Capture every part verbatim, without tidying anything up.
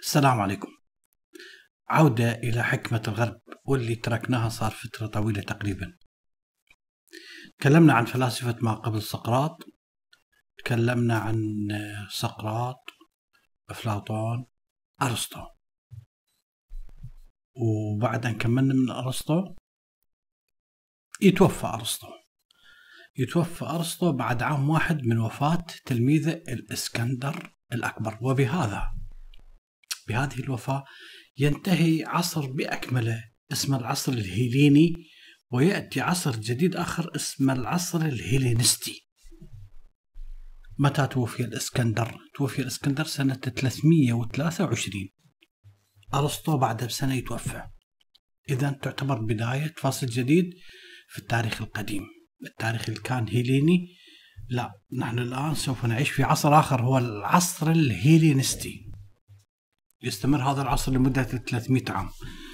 السلام عليكم. عودة إلى حكمة الغرب واللي تركناها صار فترة طويلة تقريبا. تكلمنا عن فلاسفة ما قبل سقراط، تكلمنا عن سقراط، أفلاطون، أرسطو، وبعد أن كملنا من أرسطو يتوفى أرسطو يتوفى أرسطو بعد عام واحد من وفاة تلميذه الإسكندر الأكبر. وبهذا بهذه الوفاة ينتهي عصر بأكمله اسمه العصر الهيليني، ويأتي عصر جديد آخر اسمه العصر الهيلينستي. متى توفي الإسكندر؟ توفي الإسكندر سنة ثلاثمئة وثلاثة وعشرين. أرسطو بعد بسنة يتوفى. إذن تعتبر بداية فصل جديد في التاريخ القديم. التاريخ اللي كان هيليني، لا، نحن الآن سوف نعيش في عصر آخر هو العصر الهيلينستي. يستمر هذا العصر لمدة ثلاثمئة عام.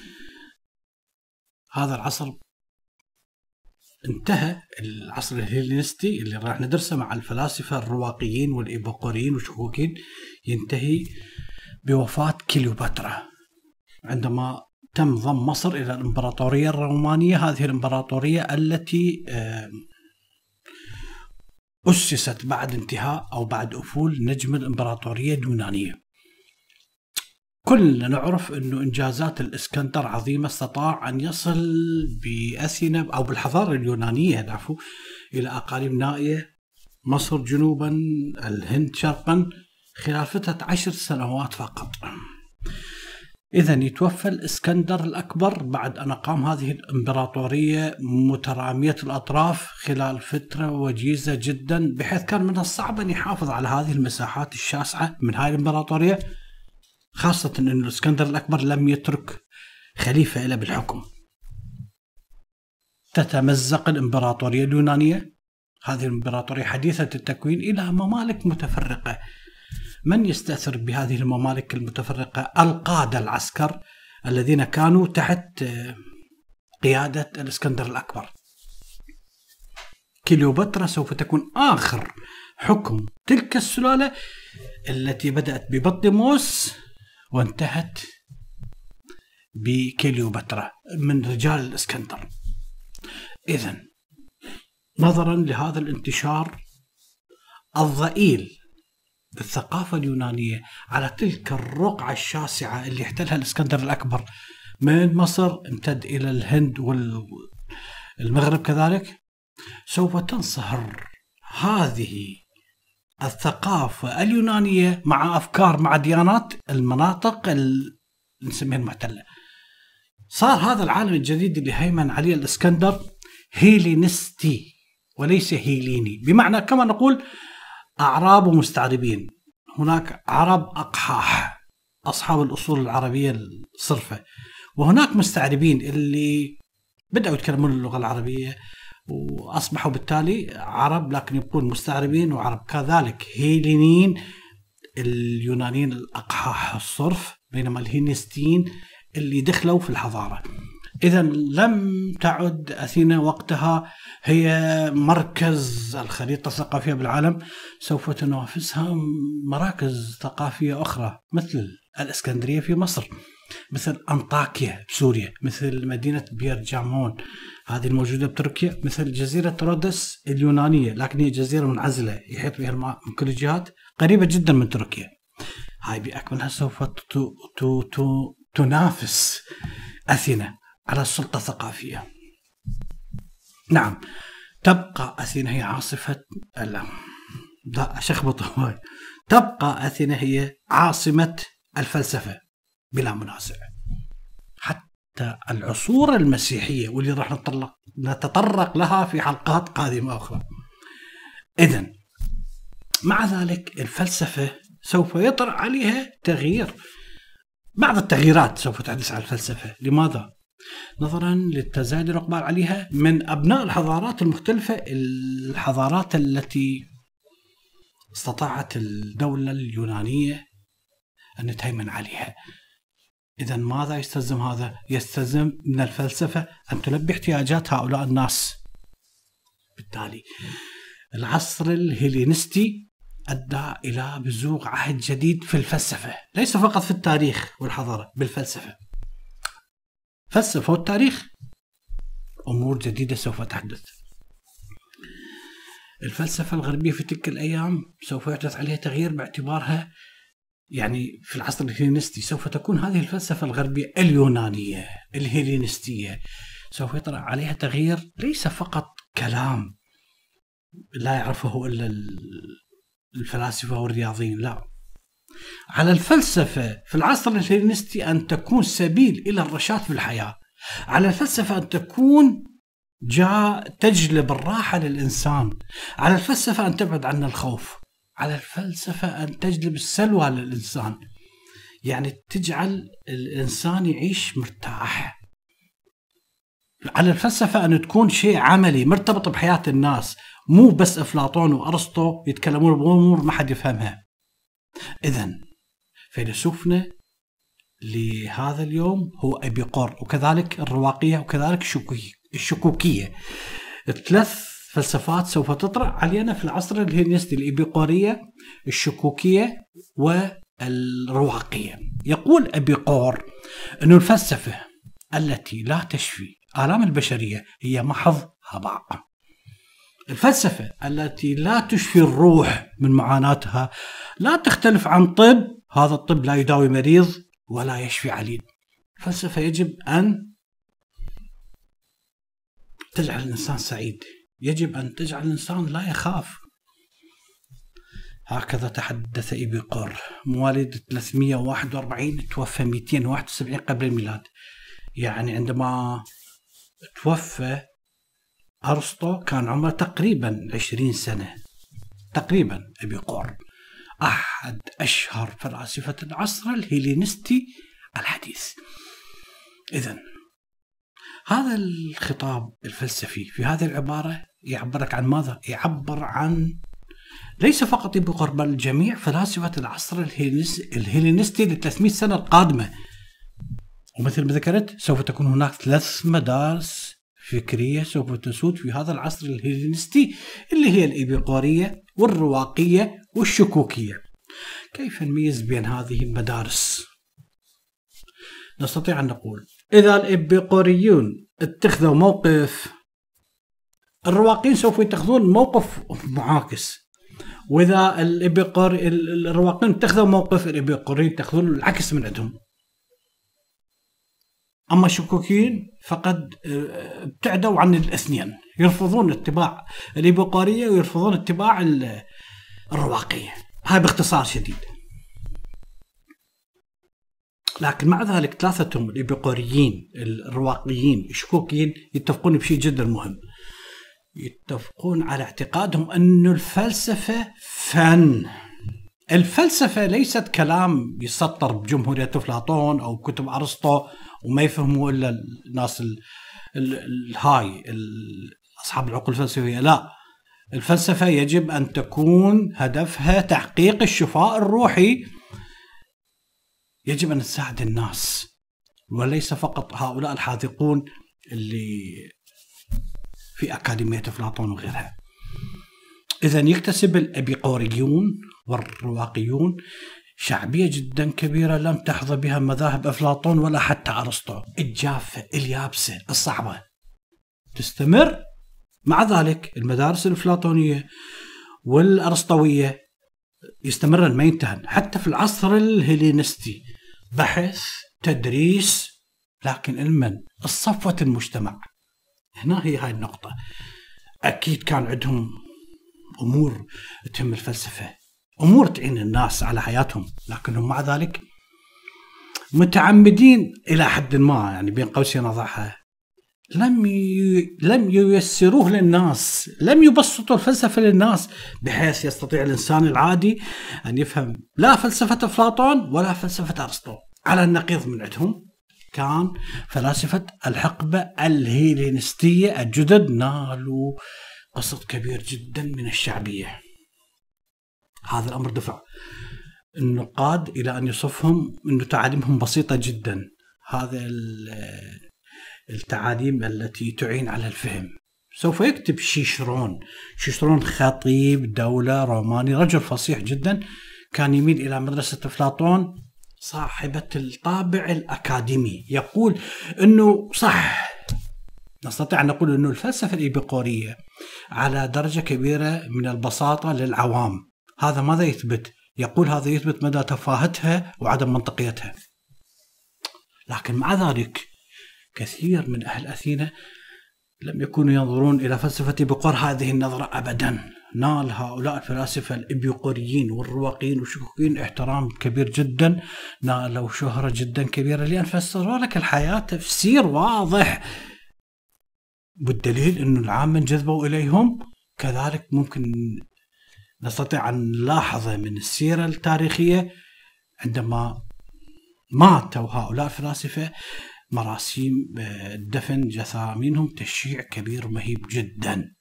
هذا العصر انتهى العصر الهيلينستي اللي راح ندرسه مع الفلاسفة الرواقيين والإيبوقوريين والشكوكين، ينتهي بوفاة كليوباترا عندما تم ضم مصر إلى الإمبراطورية الرومانية. هذه الإمبراطورية التي أسست بعد انتهاء أو بعد أفول نجم الإمبراطورية اليونانية. كلنا نعرف أنه إنجازات الإسكندر عظيمة، استطاع أن يصل بأثينا أو بالحضارة اليونانية نعرف إلى أقاليم نائية، مصر جنوبا، الهند شرقا، خلال فترة عشر سنوات فقط. إذن يتوفى الإسكندر الأكبر بعد أن أقام هذه الإمبراطورية مترامية الأطراف خلال فترة وجيزة جدا، بحيث كان من الصعب أن يحافظ على هذه المساحات الشاسعة من هذه الإمبراطورية، خاصة أن الإسكندر الأكبر لم يترك خليفة إلا بالحكم. تتمزق الإمبراطورية اليونانية، هذه الإمبراطورية حديثة التكوين، إلى ممالك متفرقة. من يستأثر بهذه الممالك المتفرقة؟ القادة العسكر الذين كانوا تحت قيادة الإسكندر الأكبر. كليوباترا سوف تكون آخر حكم تلك السلالة التي بدأت ببطليموس وانتهت بكليوباترا من رجال الإسكندر. إذن نظرا لهذا الانتشار الضئيل بالثقافة اليونانية على تلك الرقعة الشاسعة اللي احتلها الإسكندر الأكبر، من مصر امتد إلى الهند والمغرب كذلك، سوف تنصهر هذه الثقافة اليونانية مع أفكار مع ديانات المناطق اللي نسميها المحتلة. صار هذا العالم الجديد اللي هيمن عليه الإسكندر هيلينستي وليس هيليني، بمعنى كما نقول أعراب ومستعربين. هناك عرب أقحاح أصحاب الأصول العربية الصرفة، وهناك مستعربين اللي بدأوا يتكلمون اللغة العربية وأصبحوا بالتالي عرب لكن يبقون مستعربين وعرب. كذلك هيلينيين اليونانيين الأقحاح الصرف، بينما الهيلينستيين اللي دخلوا في الحضارة. إذن لم تعد أثينا وقتها هي مركز الخريطة الثقافية بالعالم، سوف تنافسها مراكز ثقافية أخرى مثل الإسكندرية في مصر، مثل أنطاكيا بسوريا، مثل مدينة بيرجامون هذه الموجودة بتركيا، مثل جزيرة رودس اليونانية لكن هي جزيرة منعزلة يحيط بها الماء من كل الجهات، قريبة جدا من تركيا. هاي بأكملها سوف تنافس أثينا على السلطة الثقافية. نعم، تبقى أثينا هي عاصفة لا لا أشخبط هواي تبقى أثينا هي عاصمة الفلسفة بلا منازع حتى العصور المسيحية، واللي راح نتطرق نتطرق لها في حلقات قادمة أخرى. إذن مع ذلك الفلسفة سوف يطرأ عليها تغيير، بعض التغييرات سوف تحدث على الفلسفة. لماذا؟ نظرا للتزايد الإقبال عليها من أبناء الحضارات المختلفة، الحضارات التي استطاعت الدولة اليونانية أن تهيمن عليها. إذن ماذا يستلزم هذا؟ يستلزم من الفلسفة أن تلبي احتياجات هؤلاء الناس. بالتالي العصر الهيلينستي أدى إلى بزوغ عهد جديد في الفلسفة، ليس فقط في التاريخ والحضارة، بالفلسفة. فلسفة والتاريخ أمور جديدة سوف تحدث. الفلسفة الغربية في تلك الأيام سوف يحدث عليها تغيير باعتبارها يعني في العصر الهيلينستي سوف تكون هذه الفلسفة الغربية اليونانية الهيلينستية سوف يطرأ عليها تغيير، ليس فقط كلام لا يعرفه إلا الفلاسفة والرياضيين، لا، على الفلسفة في العصر الهيلينستي أن تكون سبيل إلى الرشاد في الحياة، على الفلسفة أن تكون جاء تجلب الراحة للإنسان، على الفلسفة أن تبعد عن الخوف، على الفلسفة أن تجلب السلوى للإنسان، يعني تجعل الإنسان يعيش مرتاح. على الفلسفة أن تكون شيء عملي مرتبط بحياة الناس، مو بس أفلاطون وأرسطو يتكلمون بأمور ما حد يفهمها. إذن فيلسوفنا لهذا اليوم هو أبيقور، وكذلك الرواقية، وكذلك الشكوكية. ثلاث فلسفات سوف تطرأ علينا في العصر الهيلينستي: الإبيقورية، الشكوكية، والرواقية. يقول أبيقور أن الفلسفة التي لا تشفي آلام البشرية هي محض هباء. الفلسفة التي لا تشفي الروح من معاناتها لا تختلف عن طب، هذا الطب لا يداوي مريض ولا يشفي عليل. الفلسفة يجب أن تجعل الإنسان سعيد، يجب أن تجعل الإنسان لا يخاف. هكذا تحدث إبيقور، مواليد ثلاثمئة وواحد وأربعين، توفى مئتين وواحد وسبعين قبل الميلاد. يعني عندما توفى أرسطو كان عمره تقريبا عشرين سنة تقريبا. إبيقور أحد أشهر فلاسفة العصر الهيلينستي الحديث. إذن هذا الخطاب الفلسفي في هذه العبارة يعبرك عن ماذا؟ يعبر عن ليس فقط إبيقور بل جميع فلاسفة العصر الهيلينستي لثلاثمئة سنة القادمة. ومثل ما ذكرت سوف تكون هناك ثلاث مدارس فكرية سوف تسود في هذا العصر الهيلينستي، اللي هي الإبيقورية والرواقية والشكوكية. كيف نميز بين هذه المدارس؟ نستطيع أن نقول إذا الإبيقوريون اتخذوا موقف، الرواقيين سوف يتخذون موقف معاكس، وإذا الإبيقور الرواقيين اتخذوا موقف، الإبيقوريين يتخذون العكس من عندهم. أما الشكوكيين فقد ابتعدوا عن الاثنين، يرفضون اتباع الإبيقورية ويرفضون اتباع الرواقية. هاي باختصار شديد. لكن مع ذلك ثلاثتهم، الإبيقوريين، الرواقيين، الشكوكيين، يتفقون بشيء جدا مهم. يتفقون على اعتقادهم أن الفلسفة فن. الفلسفة ليست كلام يسطر بجمهورية أفلاطون أو كتب أرسطو وما يفهموا إلا الناس الهاي أصحاب العقول الفلسفية. لا، الفلسفة يجب أن تكون هدفها تحقيق الشفاء الروحي، يجب أن تساعد الناس وليس فقط هؤلاء الحاذقون اللي في أكاديمية أفلاطون وغيرها. إذن يكتسب الأبيقوريون والرواقيون شعبية جدا كبيرة لم تحظى بها مذاهب أفلاطون ولا حتى أرسطو، الجافة اليابسة الصعبة تستمر. مع ذلك المدارس الأفلاطونية والأرسطوية يستمرن ما ينتهن حتى في العصر الهيلينستي، بحث، تدريس، لكن علما الصفوة المجتمع. هنا هي هاي النقطة. أكيد كان عندهم أمور تهم الفلسفة، أمور تعين الناس على حياتهم، لكنهم مع ذلك متعمدين إلى حد ما، يعني بين قوسين أضعها، لم ي... لم ييسروه للناس، لم يبسطوا الفلسفة للناس بحيث يستطيع الإنسان العادي أن يفهم لا فلسفة أفلاطون ولا فلسفة أرسطو. على النقيض من عندهم كان فلاسفة الحقبة الهيلينستية الجدد نالوا قسط كبير جدا من الشعبية. هذا الأمر دفع النقاد إلى أن يصفهم أن تعاليمهم بسيطة جدا. هذا التعاليم التي تعين على الفهم سوف يكتب شيشرون. شيشرون خطيب دولة روماني، رجل فصيح جدا، كان يميل إلى مدرسة أفلاطون صاحبة الطابع الأكاديمي. يقول أنه صح، نستطيع أن نقول أنه الفلسفة الإيبيقورية على درجة كبيرة من البساطة للعوام. هذا ماذا يثبت؟ يقول هذا يثبت مدى تفاهتها وعدم منطقيتها. لكن مع ذلك كثير من أهل أثينا لم يكونوا ينظرون إلى فلسفة إيبيقور هذه النظرة أبدا. نال هؤلاء الفلاسفة الإيبيقوريين والرواقيين والشكوكيين احترام كبير جدا، نالوا شهرة جدا كبيرة لأن فسروا لك الحياة تفسير واضح، بالدليل أن العامة انجذبوا إليهم. كذلك ممكن نستطيع أن نلاحظ من السيرة التاريخية عندما ماتوا هؤلاء الفلاسفة مراسيم الدفن جثامينهم تشييع كبير مهيب جدا.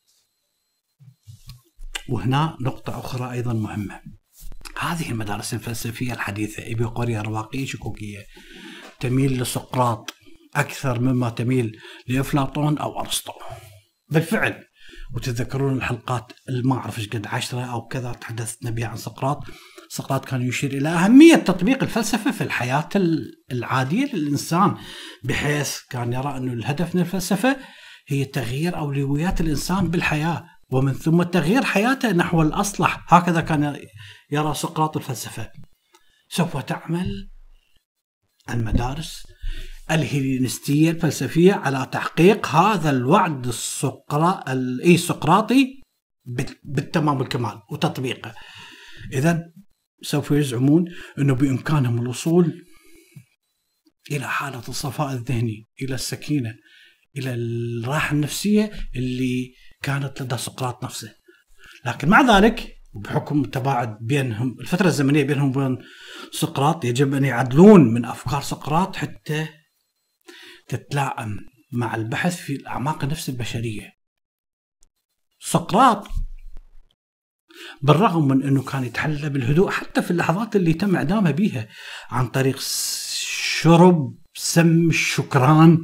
وهنا نقطة أخرى أيضا مهمة، هذه المدارس الفلسفية الحديثة إيبيقورية رواقية شكوكية تميل لسقراط أكثر مما تميل لأفلاطون أو أرسطو بالفعل. وتذكرون الحلقات ما أعرف إيش قد عشرة أو كذا تحدثنا بها عن سقراط. سقراط كان يشير إلى أهمية تطبيق الفلسفة في الحياة العادية للإنسان، بحيث كان يرى أن الهدف من الفلسفة هي تغيير أولويات الإنسان بالحياة ومن ثم تغيير حياته نحو الأصلح. هكذا كان يرى سقراط الفلسفة. سوف تعمل المدارس الهيلينستية الفلسفية على تحقيق هذا الوعد السقرا... السقراطي بالتمام والكمال وتطبيقه. إذن سوف يزعمون أنه بإمكانهم الوصول إلى حالة الصفاء الذهني، إلى السكينة، إلى الراحة النفسية اللي كانت لدى سقراط نفسه. لكن مع ذلك بحكم التباعد بينهم الفترة الزمنية بينهم وبين سقراط يجب أن يعدلون من أفكار سقراط حتى تتلائم مع البحث في أعماق النفس البشرية. سقراط بالرغم من أنه كان يتحلى بالهدوء حتى في اللحظات اللي تم إعدامه بيها عن طريق شرب سم الشكران،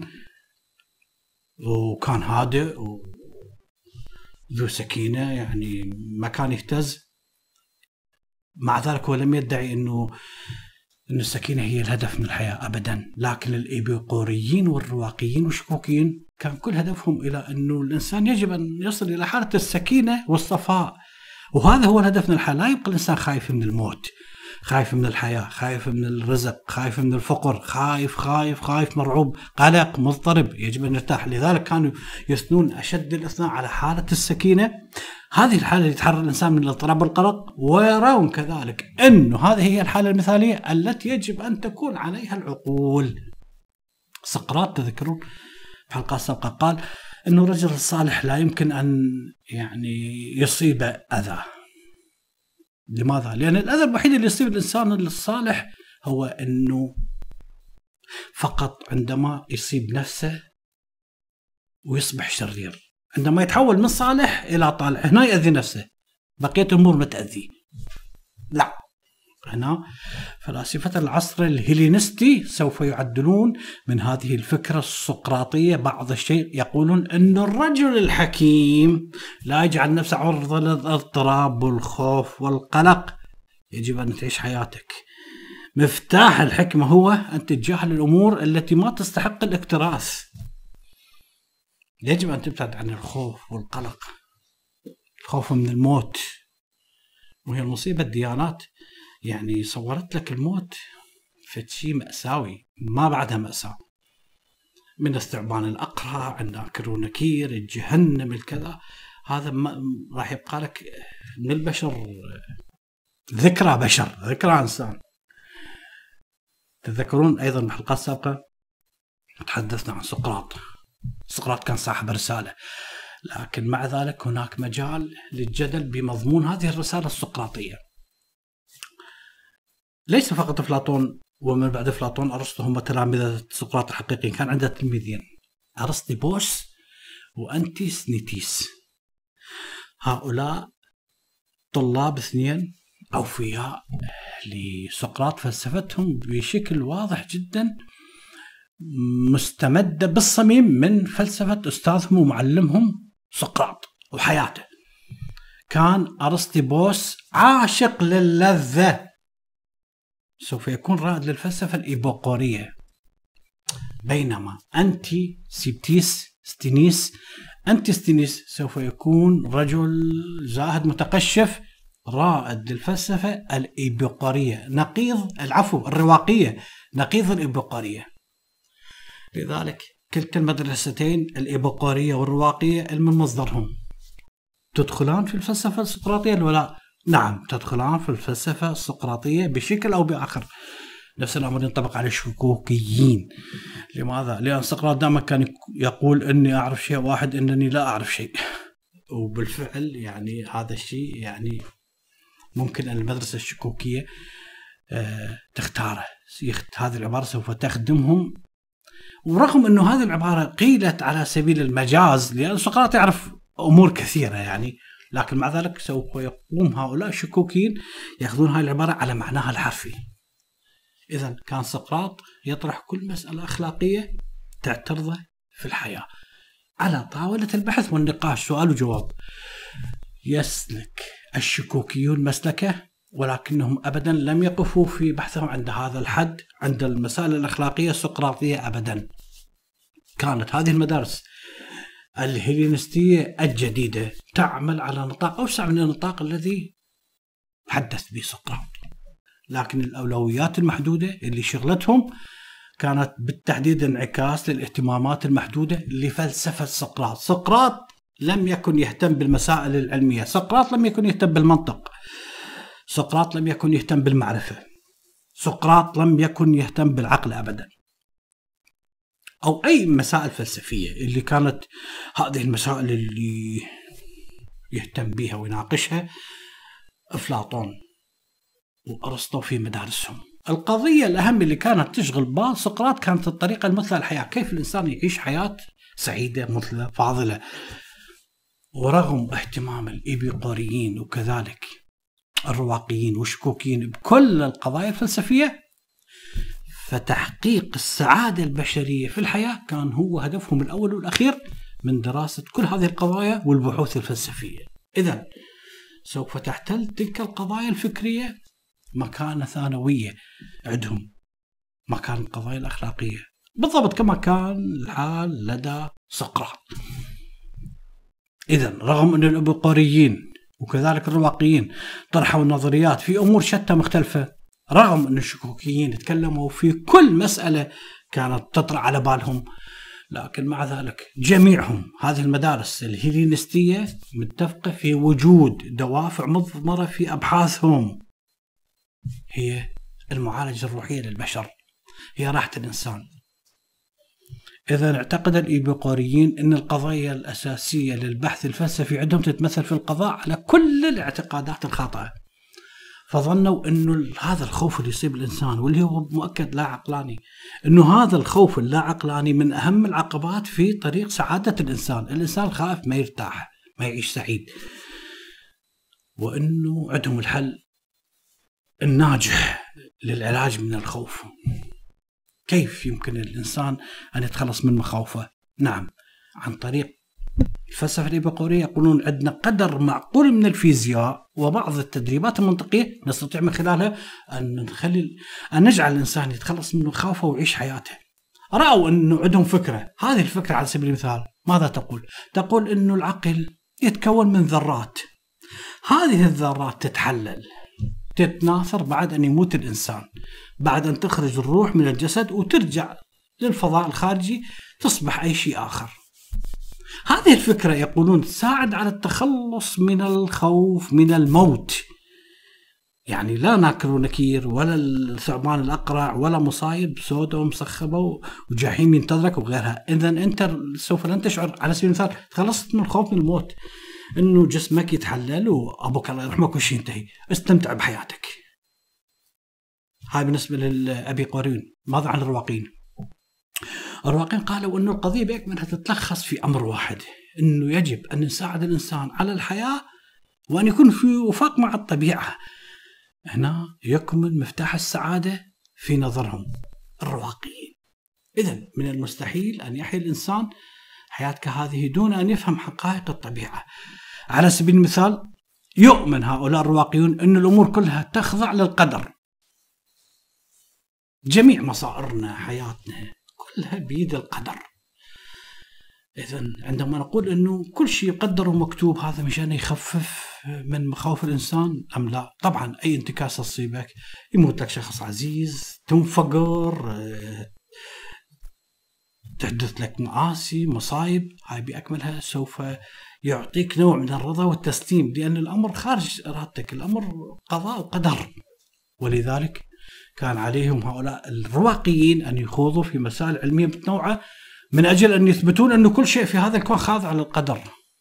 وكان هادئ وذو سكينة، يعني ما كان يهتز. مع ذلك هو لم يدعي أنه أن السكينة هي الهدف من الحياة أبدا. لكن الإيبيقوريين والرواقيين والشكوكيين كان كل هدفهم إلى أنه الإنسان يجب أن يصل إلى حالة السكينة والصفاء، وهذا هو الهدف من الحياة. لا يبقى الإنسان خايف من الموت، خايف من الحياة، خايف من الرزق، خايف من الفقر، خايف خايف خايف مرعوب قلق مضطرب. يجب أن نرتاح. لذلك كانوا يثنون أشد الإثناء على حالة السكينة، هذه الحالة اللي تحرر الإنسان من الاضطراب والقلق، ويرون كذلك أنه هذه هي الحالة المثالية التي يجب أن تكون عليها العقول. سقراط تذكرون في حلقة سابقة قال أنه الرجل الصالح لا يمكن أن يعني يصيب أذى. لماذا؟ لأن الأذى الوحيد اللي يصيب الإنسان الصالح هو أنه فقط عندما يصيب نفسه ويصبح شرير، عندما يتحول من صالح إلى طالح هنا يأذي نفسه، بقية الأمور ما تأذي. لا، هنا فلاسفة العصر الهيلينستي سوف يعدلون من هذه الفكرة السقراطية بعض الشيء. يقولون أن الرجل الحكيم لا يجعل نفسه عرضة للاضطراب والخوف والقلق. يجب أن تعيش حياتك. مفتاح الحكمة هو أن تتجاهل الأمور التي ما تستحق الاكتراث. يجب أن تبتعد عن الخوف والقلق، الخوف من الموت، وهي المصيبة. الديانات يعني صورت لك الموت في شيء مأساوي ما بعدها مأساة، من الثعبان الأقرع، الناكر ونكير، الجهنم، الكذا. هذا راح يبقى لك من البشر ذكرى بشر، ذكرى إنسان. تذكرون أيضا بالحلقات السابقة تحدثنا عن سقراط. سقراط كان صاحب رسالة، لكن مع ذلك هناك مجال للجدل بمضمون هذه الرسالة السقراطية. ليس فقط أفلاطون ومن بعد أفلاطون أرسطو هم تلامذة سقراط الحقيقيين، كان عنده تلميذين، أرسطيبوس وأنتيس نيتيس. هؤلاء طلاب اثنين أوفياء لسقراط، فلسفتهم بشكل واضح جدا مستمدة بالصميم من فلسفة أستاذهم ومعلمهم سقراط وحياته. كان أرسطيبوس عاشق للذة، سوف يكون رائد للفلسفة الإيبوقورية. بينما أنتي سيبتيس ستينيس أنتي ستينيس سوف يكون رجل زاهد متقشف رائد للفلسفة الإيبوقورية، نقيض العفو الرواقية، نقيض الإيبوقورية. لذلك كلتا المدرستين الإيبوقورية والرواقية من مصدرهم تدخلان في الفلسفة السقراطية ولا؟ نعم تدخلان في الفلسفة السقراطية بشكل أو بآخر. نفس الأمر ينطبق على الشكوكيين. لماذا؟ لأن سقراط دائما كان يقول إني أعرف شيء واحد، إنني لا أعرف شيء. وبالفعل يعني هذا الشيء يعني ممكن أن المدرسة الشكوكية آه تختاره. هذه العبارة سوف تخدمهم، ورغم أنه هذه العبارة قيلت على سبيل المجاز لأن سقراط يعرف أمور كثيرة يعني، لكن مع ذلك سوف يقوم هؤلاء الشكوكيين يأخذون هذه العبارة على معناها الحرفي. إذن كان سقراط يطرح كل مسألة أخلاقية تعترضه في الحياة على طاولة البحث والنقاش، سؤال وجواب. يسلك الشكوكيون مسلكه، ولكنهم أبدا لم يقفوا في بحثهم عند هذا الحد، عند المسائل الأخلاقية السقراطية أبدا. كانت هذه المدارس الهيلينستية الجديدة تعمل على نطاق أوسع من النطاق الذي حدث به سقراط، لكن الأولويات المحدودة اللي شغلتهم كانت بالتحديد انعكاس للاهتمامات المحدودة لفلسفة سقراط. سقراط لم يكن يهتم بالمسائل العلمية، سقراط لم يكن يهتم بالمنطق، سقراط لم يكن يهتم بالمعرفة، سقراط لم يكن يهتم بالعقل أبدا، أو أي مسائل فلسفية. اللي كانت هذه المسائل اللي يهتم بها ويناقشها أفلاطون وأرسطو في مدارسهم. القضية الأهم اللي كانت تشغل بال سقراط كانت الطريقة المثلى الحياة، كيف الإنسان يعيش حياة سعيدة مثلى فاضلة. ورغم اهتمام الإيبيقوريين وكذلك الرواقيين والشكوكيين بكل القضايا الفلسفية، فتحقيق السعادة البشرية في الحياة كان هو هدفهم الأول والأخير من دراسة كل هذه القضايا والبحوث الفلسفية. إذن سوف تحتل تلك القضايا الفكرية مكانة ثانوية عندهم، مكان القضايا الأخلاقية بالضبط كما كان الحال لدى سقراط. إذن رغم أن الإيبوقوريين وكذلك الرواقيين طرحوا النظريات في أمور شتى مختلفة، رغم أن الشكوكيين تكلموا في كل مسألة كانت تطرح على بالهم، لكن مع ذلك جميعهم هذه المدارس الهيلينستية متفقة في وجود دوافع مضمرة في أبحاثهم، هي المعالجة الروحية للبشر، هي راحة الإنسان. إذا اعتقد الإيبوقوريين أن القضايا الأساسية للبحث الفلسفي عندهم تتمثل في القضاء على كل الاعتقادات الخاطئة، فظنوا أنه هذا الخوف اللي يصيب الإنسان واللي هو مؤكد لا عقلاني، أنه هذا الخوف اللا عقلاني من أهم العقبات في طريق سعادة الإنسان. الإنسان خائف ما يرتاح، ما يعيش سعيد، وأنه عندهم الحل الناجح للعلاج من الخوف. كيف يمكن الإنسان أن يتخلص من مخاوفه؟ نعم، عن طريق الفلسفة الإيبوقورية. يقولون عندنا قدر معقول من الفيزياء وبعض التدريبات المنطقية نستطيع من خلالها أن نخلي أن نجعل الإنسان يتخلص من مخاوفه ويعيش حياته. رأوا أنه عندهم فكرة، هذه الفكرة على سبيل المثال ماذا تقول؟ تقول أنه العقل يتكون من ذرات، هذه الذرات تتحلل تتناثر بعد أن يموت الإنسان، بعد أن تخرج الروح من الجسد وترجع للفضاء الخارجي تصبح أي شيء آخر. هذه الفكرة يقولون تساعد على التخلص من الخوف من الموت، يعني لا ناكر ونكير ولا الثعبان الأقرع ولا مصايب سوداء ومسخبة وجحيم ينتظرك وغيرها. إذن أنت سوف لن تشعر على سبيل المثال تخلصت من الخوف من الموت، إنه جسمك يتحلل وأبوك الله يرحمه كل شيء ينتهي، استمتع بحياتك. هاي بالنسبة للإيبوقوريين. ماذا عن الرواقيين؟ الرواقيين قالوا أنه القضية بأكملها تتلخص في أمر واحد، أنه يجب أن نساعد الإنسان على الحياة وأن يكون في وفاق مع الطبيعة. هنا يكمن مفتاح السعادة في نظرهم الرواقيين. إذن من المستحيل أن يحيا الإنسان حياتك هذه دون أن يفهم حقائق الطبيعة. على سبيل المثال يؤمن هؤلاء الرواقيون أن الأمور كلها تخضع للقدر، جميع مصائرنا حياتنا كلها بيد القدر. إذن عندما نقول أنه كل شيء يقدر ومكتوب، هذا مشان يخفف من مخاوف الإنسان أم لا؟ طبعا أي انتكاسة تصيبك، يموت لك شخص عزيز، تنفقر، تحدث لك مآسي مصايب، هاي بأكملها سوف يعطيك نوع من الرضا والتسليم، لأن الأمر خارج إرادتك، الأمر قضاء وقدر. ولذلك كان عليهم هؤلاء الرواقيين أن يخوضوا في مسائل علمية متنوعة من أجل أن يثبتون أن كل شيء في هذا الكون خاضع للقدر.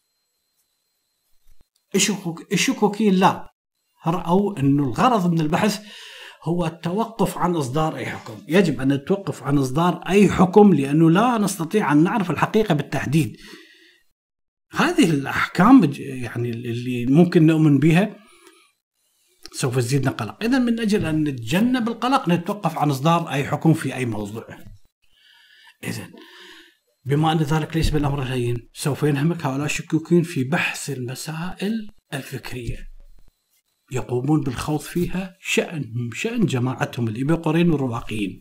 الشكوكيين لا، رأوا أن الغرض من البحث هو التوقف عن إصدار أي حكم. يجب أن نتوقف عن إصدار أي حكم، لأنه لا نستطيع أن نعرف الحقيقة بالتحديد. هذه الأحكام يعني اللي ممكن نؤمن بها سوف تزيدنا قلق. إذن من أجل أن نتجنب القلق نتوقف عن إصدار أي حكم في أي موضوع. إذن بما أن ذلك ليس بالأمر الهين، سوف ينهمك هؤلاء الشكوكين في بحث المسائل الفكرية، يقومون بالخوض فيها شأنهم شأن جماعتهم الإبيقوريين والرواقيين.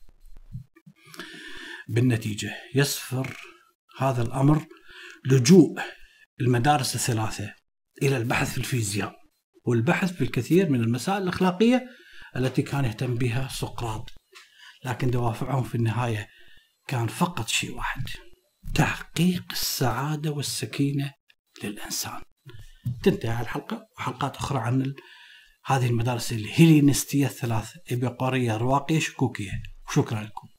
بالنتيجة يسفر هذا الأمر لجوء المدارس الثلاثة إلى البحث في الفيزياء والبحث في الكثير من المسائل الأخلاقية التي كان يهتم بها سقراط، لكن دوافعهم في النهاية كان فقط شيء واحد: تحقيق السعادة والسكينة للإنسان. تنتهي الحلقة، وحلقات أخرى عن هذه المدارس الهيلينستية الثلاث: إبيقورية، رواقية، شكوكية. وشكرا لكم.